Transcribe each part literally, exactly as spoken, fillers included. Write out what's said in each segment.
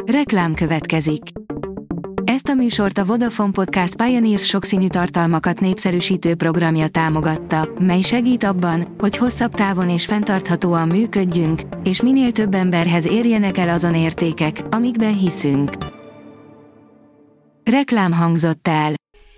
Reklám következik. Ezt a műsort a Vodafone Podcast Pioneers sokszínű tartalmakat népszerűsítő programja támogatta, mely segít abban, hogy hosszabb távon és fenntarthatóan működjünk, és minél több emberhez érjenek el azon értékek, amikben hiszünk. Reklám hangzott el.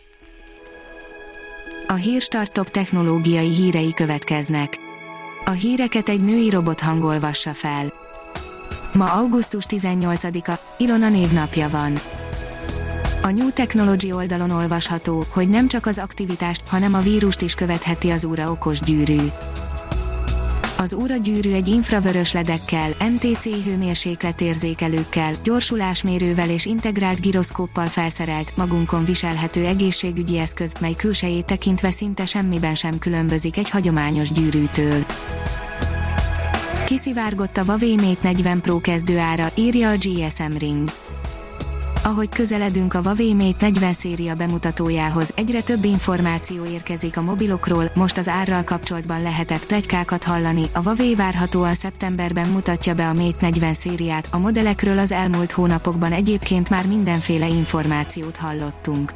A Hírstart top technológiai hírei következnek. A híreket egy női robot hangolvassa fel. Ma augusztus tizennyolcadika, Ilona névnapja van. A New Technology oldalon olvasható, hogy nem csak az aktivitást, hanem a vírust is követheti az Oura okos gyűrű. Az Oura gyűrű egy infravörös ledekkel, en té cé hőmérsékletérzékelőkkel, gyorsulásmérővel és integrált giroszkóppal felszerelt, magunkon viselhető egészségügyi eszköz, mely külsejét tekintve szinte semmiben sem különbözik egy hagyományos gyűrűtől. Kiszivárgott a Huawei Mate negyven Pro kezdőára, írja a gé es em Ring. Ahogy közeledünk a Huawei Mate negyven széria bemutatójához, egyre több információ érkezik a mobilokról, most az árral kapcsolatban lehetett pletykákat hallani, a Huawei várhatóan szeptemberben mutatja be a Mate negyven szériát, a modellekről az elmúlt hónapokban egyébként már mindenféle információt hallottunk.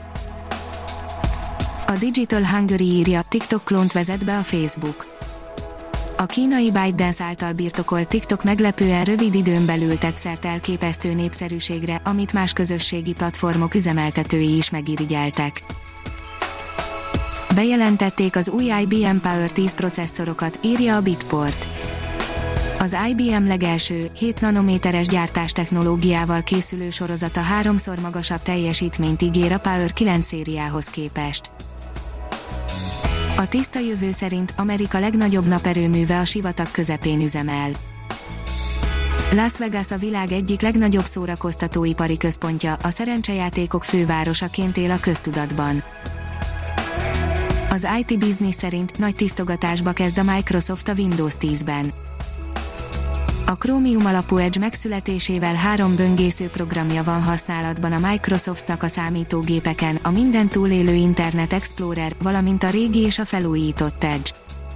A Digital Hungary írja, TikTok klónt vezet be a Facebook. A kínai ByteDance által birtokolt TikTok meglepően rövid időn belül tett szert elképesztő népszerűségre, amit más közösségi platformok üzemeltetői is megirigyeltek. Bejelentették az új i bé em Power tíz processzorokat, írja a Bitport. Az i bé em legelső, hét nanométeres gyártástechnológiával készülő sorozata háromszor magasabb teljesítményt ígér a Power kilenc szériához képest. A tiszta jövő szerint Amerika legnagyobb naperőműve a sivatag közepén üzemel. Las Vegas a világ egyik legnagyobb szórakoztatóipari központja, a szerencsejátékok fővárosaként él a köztudatban. Az i té Business szerint nagy tisztogatásba kezd a Microsoft a Windows tízben. A Chromium alapú Edge megszületésével három böngésző programja van használatban a Microsoftnak a számítógépeken, a minden túlélő Internet Explorer, valamint a régi és a felújított Edge.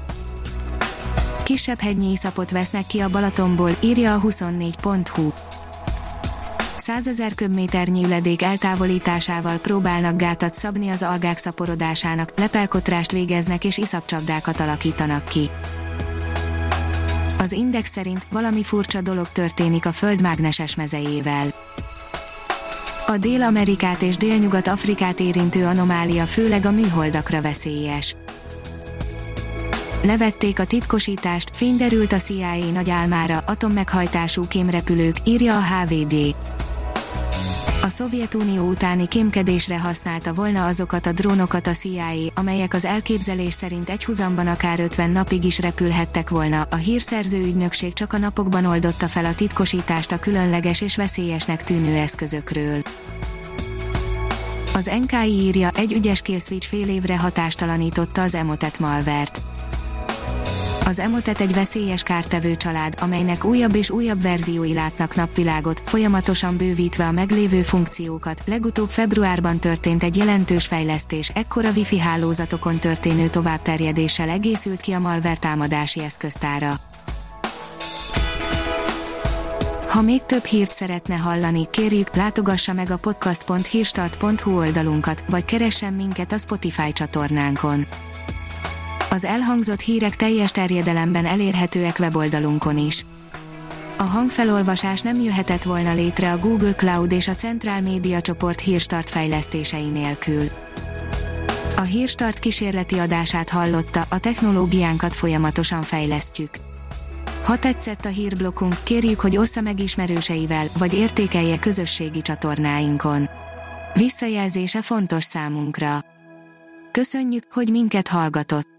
Kisebb hegynyi iszapot vesznek ki a Balatonból, írja a huszonnégy pont hu. százezer köbméternyi üledék eltávolításával próbálnak gátat szabni az algák szaporodásának, lepelkotrást végeznek és iszapcsapdákat alakítanak ki. Az Index szerint valami furcsa dolog történik a Föld mágneses mezejével. A Dél-Amerikát és Délnyugat-Afrikát érintő anomália főleg a műholdakra veszélyes. Levették a titkosítást, fény derült a cé i á nagy álmára, atommeghajtású kémrepülők, írja a há vé gé. A Szovjetunió utáni kémkedésre használta volna azokat a drónokat a cé i á, amelyek az elképzelés szerint egyhuzamban akár ötven napig is repülhettek volna. A hírszerző ügynökség csak a napokban oldotta fel a titkosítást a különleges és veszélyesnek tűnő eszközökről. Az en ká i írja, egy ügyes kill switch fél évre hatástalanította az Emotet malvert. Az Emotet egy veszélyes kártevő család, amelynek újabb és újabb verziói látnak napvilágot, folyamatosan bővítve a meglévő funkciókat. Legutóbb februárban történt egy jelentős fejlesztés, ekkor a Wi-Fi hálózatokon történő továbbterjedéssel egészült ki a malware támadási eszköztára. Ha még több hírt szeretne hallani, kérjük, látogassa meg a podcast pont hírstart pont hu oldalunkat, vagy keressen minket a Spotify csatornánkon. Az elhangzott hírek teljes terjedelemben elérhetőek weboldalunkon is. A hangfelolvasás nem jöhetett volna létre a Google Cloud és a Centrál Média csoport Hírstart fejlesztései nélkül. A Hírstart kísérleti adását hallotta, a technológiánkat folyamatosan fejlesztjük. Ha tetszett a hírblokkunk, kérjük, hogy ossza meg ismerőseivel, vagy értékelje közösségi csatornáinkon. Visszajelzése fontos számunkra. Köszönjük, hogy minket hallgatott!